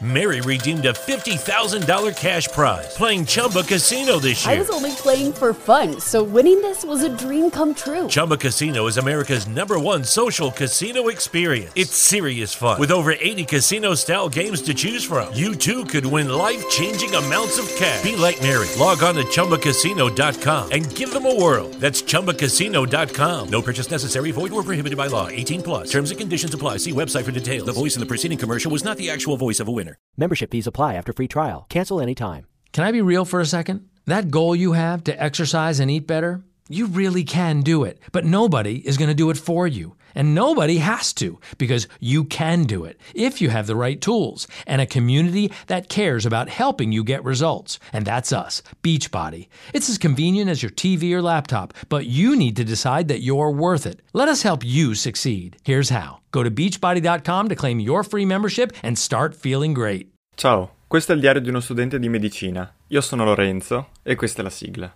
Mary redeemed a $50,000 cash prize playing Chumba Casino this year. I was only playing for fun, so winning this was a dream come true. Chumba Casino is America's #1 social casino experience. It's serious fun. With over 80 casino-style games to choose from, you too could win life-changing amounts of cash. Be like Mary. Log on to ChumbaCasino.com and give them a whirl. That's ChumbaCasino.com. No purchase necessary. Void where prohibited by law. 18 plus. Terms and conditions apply. See website for details. The voice in the preceding commercial was not the actual voice of a winner. Membership fees apply after free trial. Cancel anytime. Can I be real for a second? That goal you have to exercise and eat better, you really can do it. But nobody is going to do it for you. And nobody has to, because you can do it if you have the right tools and a community that cares about helping you get results. And that's us, Beachbody. It's as convenient as your TV or laptop, but you need to decide that you're worth it. Let us help you succeed. Here's how. Go to beachbody.com to claim your free membership and start feeling great. Ciao, questo è il diario di uno studente di medicina. Io sono Lorenzo e questa è la sigla.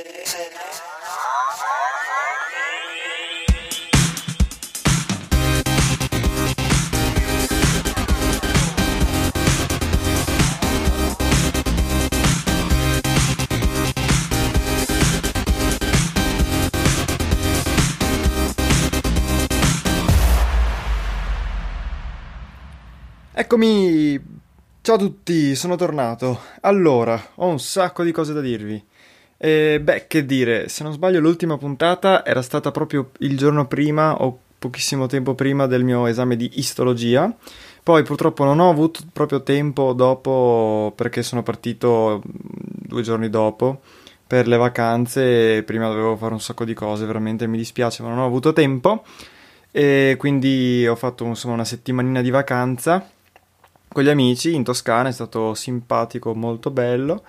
Eccomi! Ciao a tutti, sono tornato. Allora, ho un sacco di cose da dirvi. Che dire, se non sbaglio l'ultima puntata era stata proprio il giorno prima o pochissimo tempo prima del mio esame di istologia. Poi purtroppo non ho avuto proprio tempo dopo perché sono partito 2 giorni dopo per le vacanze e prima dovevo fare un sacco di cose, veramente mi dispiace ma non ho avuto tempo e quindi ho fatto insomma una settimanina di vacanza con gli amici in Toscana, è stato simpatico, molto bello.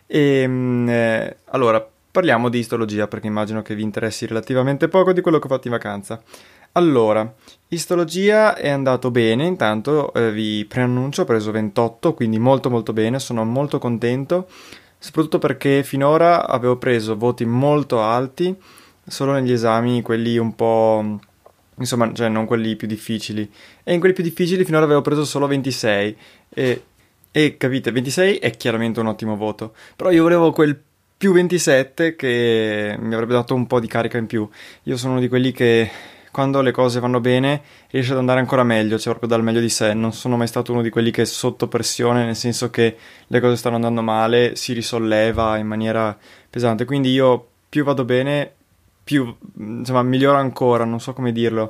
Allora, parliamo di istologia perché immagino che vi interessi relativamente poco di quello che ho fatto in vacanza. Allora, istologia è andato bene, intanto vi preannuncio, ho preso 28, quindi molto molto bene, sono molto contento, soprattutto perché finora avevo preso voti molto alti solo negli esami, quelli un po'... insomma, cioè non quelli più difficili. E in quelli più difficili finora avevo preso solo 26. E capite, 26 è chiaramente un ottimo voto. Però io volevo quel più 27 che mi avrebbe dato un po' di carica in più. Io sono uno di quelli che quando le cose vanno bene riesce ad andare ancora meglio, cioè proprio dal meglio di sé. Non sono mai stato uno di quelli che è sotto pressione, nel senso che le cose stanno andando male, si risolleva in maniera pesante. Quindi io più vado bene, più, insomma, migliora ancora, non so come dirlo.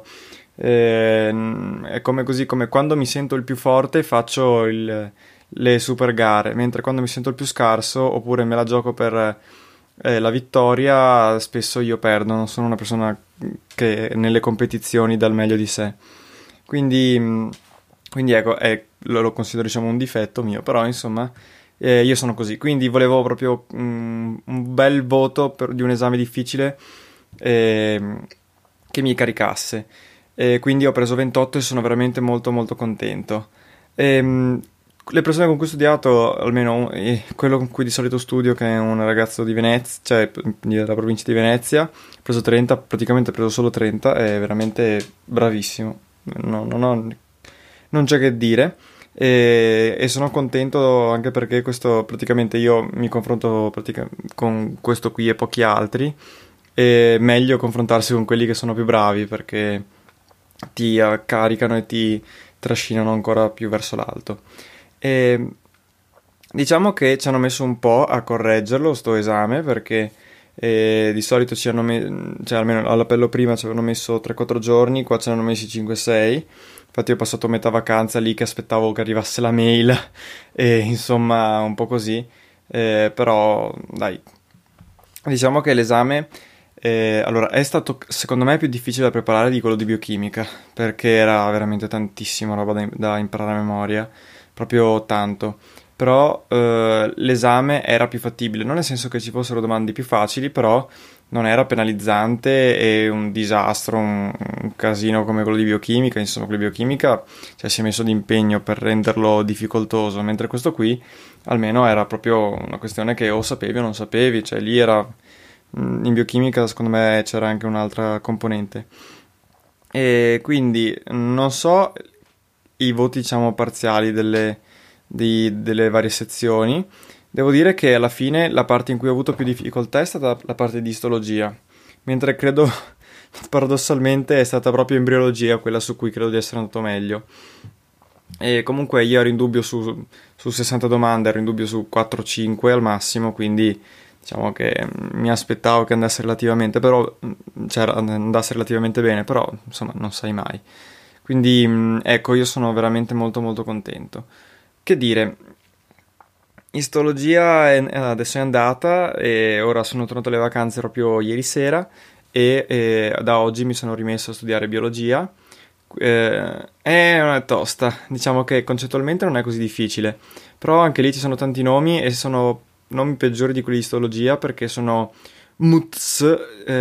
È come così, come quando mi sento il più forte faccio le super gare, mentre quando mi sento il più scarso oppure me la gioco per la vittoria, spesso io perdo, non sono una persona che nelle competizioni dà il meglio di sé. Quindi ecco, lo considero diciamo un difetto mio, però insomma io sono così, quindi volevo proprio un bel voto di un esame difficile che mi caricasse, quindi ho preso 28 e sono veramente molto molto contento. Le persone con cui ho studiato, almeno quello con cui di solito studio, che è un ragazzo di Venezia, cioè della provincia di Venezia, ha preso 30, praticamente ha preso solo 30, è veramente bravissimo, non c'è che dire. E sono contento anche perché questo praticamente io mi confronto con questo qui e pochi altri. È meglio confrontarsi con quelli che sono più bravi perché ti caricano e ti trascinano ancora più verso l'alto. E diciamo che ci hanno messo un po' a correggerlo sto esame perché di solito ci hanno cioè almeno all'appello prima ci avevano messo 3-4 giorni, qua ci hanno messi 5-6. Infatti ho passato metà vacanza lì che aspettavo che arrivasse la mail e insomma un po' così, però dai, diciamo che l'esame allora è stato secondo me più difficile da preparare di quello di biochimica perché era veramente tantissima roba da imparare a memoria, proprio tanto. Però l'esame era più fattibile, non nel senso che ci fossero domande più facili, però non era penalizzante e un disastro, un casino come quello di biochimica. Insomma, quello di biochimica cioè, si è messo d'impegno per renderlo difficoltoso, mentre questo qui almeno era proprio una questione che o sapevi o non sapevi, cioè lì era in biochimica secondo me c'era anche un'altra componente. E quindi non so i voti diciamo parziali delle varie sezioni. Devo dire che alla fine la parte in cui ho avuto più difficoltà è stata la parte di istologia, mentre credo paradossalmente è stata proprio embriologia quella su cui credo di essere andato meglio. E comunque io ero in dubbio su 60 domande, ero in dubbio su 4-5 al massimo, quindi diciamo che mi aspettavo che andasse relativamente bene, però insomma non sai mai. Quindi ecco, io sono veramente molto molto contento. Che dire, istologia adesso è andata e ora sono tornato alle vacanze proprio ieri sera e da oggi mi sono rimesso a studiare biologia. È tosta, diciamo che concettualmente non è così difficile, però anche lì ci sono tanti nomi e sono nomi peggiori di quelli di istologia perché sono MUTS,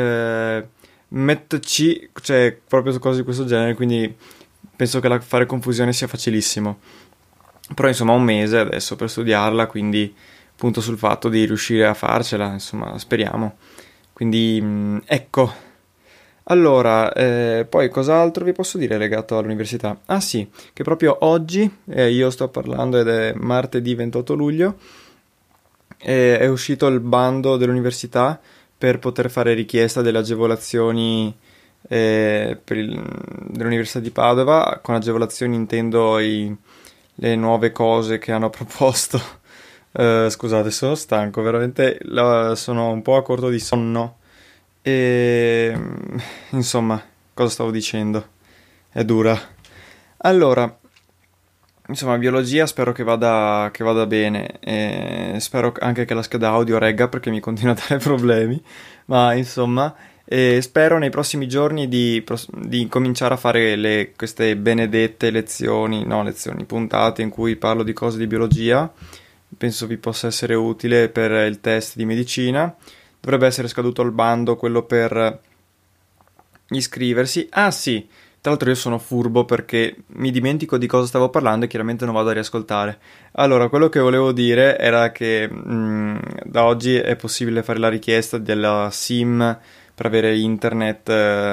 METC, cioè proprio cose di questo genere, quindi penso che fare confusione sia facilissimo. Però insomma ho un mese adesso per studiarla, quindi punto sul fatto di riuscire a farcela, insomma speriamo. Quindi ecco. Allora, poi cos'altro vi posso dire legato all'università? Ah sì, che proprio oggi, io sto parlando ed è martedì 28 luglio, è uscito il bando dell'università per poter fare richiesta delle agevolazioni dell'Università di Padova. Con agevolazioni intendo le nuove cose che hanno proposto. Scusate, sono stanco, veramente sono un po' a corto di sonno. E insomma, cosa stavo dicendo? È dura. Allora, insomma, biologia spero che vada bene. E spero anche che la scheda audio regga perché mi continua a dare problemi. Ma insomma, spero nei prossimi giorni di cominciare a fare queste benedette puntate in cui parlo di cose di biologia. Penso vi possa essere utile per il test di medicina. Dovrebbe essere scaduto il bando, quello per iscriversi. Ah sì, tra l'altro io sono furbo perché mi dimentico di cosa stavo parlando e chiaramente non vado a riascoltare. Allora, quello che volevo dire era che da oggi è possibile fare la richiesta della SIM per avere internet,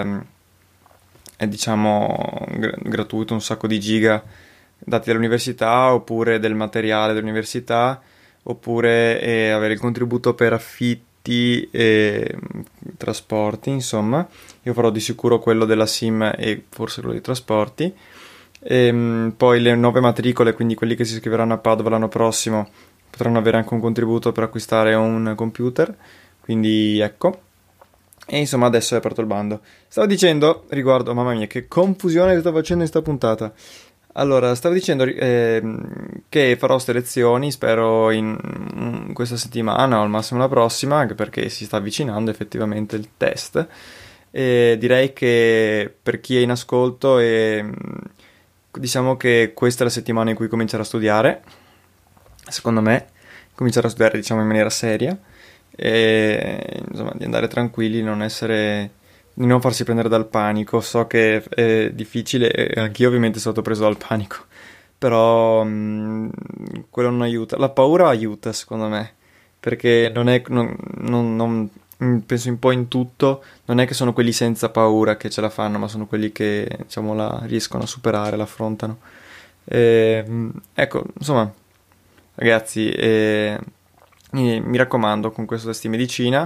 è diciamo gratuito, un sacco di giga dati dall'università, oppure del materiale dell'università, oppure avere il contributo per affitti e trasporti, insomma. Io farò di sicuro quello della SIM e forse quello dei trasporti. Poi le nuove matricole, quindi quelli che si iscriveranno a Padova l'anno prossimo, potranno avere anche un contributo per acquistare un computer, quindi ecco. E insomma adesso è aperto il bando. Stavo dicendo riguardo, mamma mia che confusione che sto facendo in sta puntata. Allora, stavo dicendo che farò ste lezioni, spero in questa settimana o al massimo la prossima, anche perché si sta avvicinando effettivamente il test. E direi che per chi è in ascolto, diciamo che questa è la settimana in cui comincerò a studiare. Secondo me, comincerò a studiare diciamo in maniera seria e insomma di andare tranquilli, di non farsi prendere dal panico. So che è difficile e anch'io ovviamente sono stato preso dal panico, però quello non aiuta. La paura aiuta secondo me, perché non penso un po' in tutto, non è che sono quelli senza paura che ce la fanno, ma sono quelli che diciamo la riescono a superare, la affrontano. Ecco, insomma ragazzi, mi raccomando, con questo test di medicina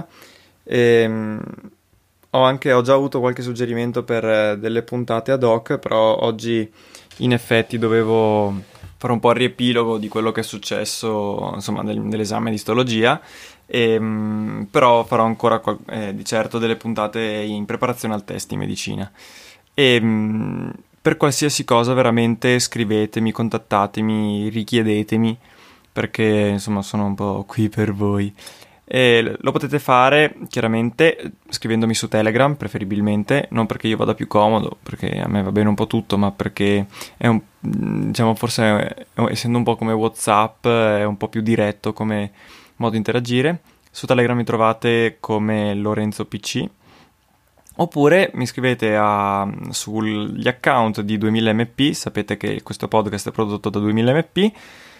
ho già avuto qualche suggerimento per delle puntate ad hoc, però oggi in effetti dovevo fare un po' il riepilogo di quello che è successo, insomma, dell'esame di istologia, però farò ancora di certo delle puntate in preparazione al test di medicina. Per qualsiasi cosa veramente scrivetemi, contattatemi, richiedetemi, perché insomma sono un po' qui per voi. E lo potete fare chiaramente scrivendomi su Telegram, preferibilmente, non perché io vada più comodo, perché a me va bene un po' tutto, ma perché è diciamo forse essendo un po' come WhatsApp è un po' più diretto come modo di interagire. Su Telegram mi trovate come Lorenzo PC, oppure mi scrivete sugli account di 2000mp. Sapete che questo podcast è prodotto da 2000mp,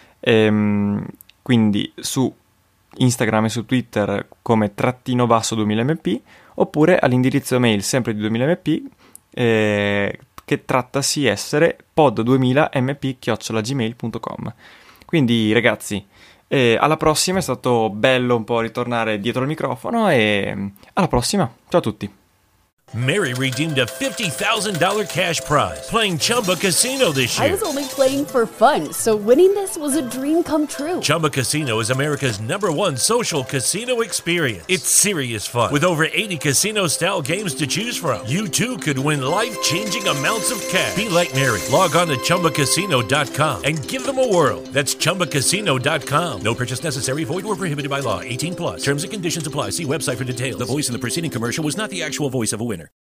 quindi su Instagram e su Twitter come _2000mp, oppure all'indirizzo mail sempre di 2000mp che trattasi essere pod2000mp@gmail.com. Quindi ragazzi, alla prossima, è stato bello un po' ritornare dietro il microfono e alla prossima, ciao a tutti. Mary redeemed a $50,000 cash prize playing Chumba Casino this year. I was only playing for fun, so winning this was a dream come true. Chumba Casino is America's #1 social casino experience. It's serious fun. With over 80 casino-style games to choose from, you too could win life-changing amounts of cash. Be like Mary. Log on to ChumbaCasino.com and give them a whirl. That's ChumbaCasino.com. No purchase necessary. Void or prohibited by law. 18+. Terms and conditions apply. See website for details. The voice in the preceding commercial was not the actual voice of a winner.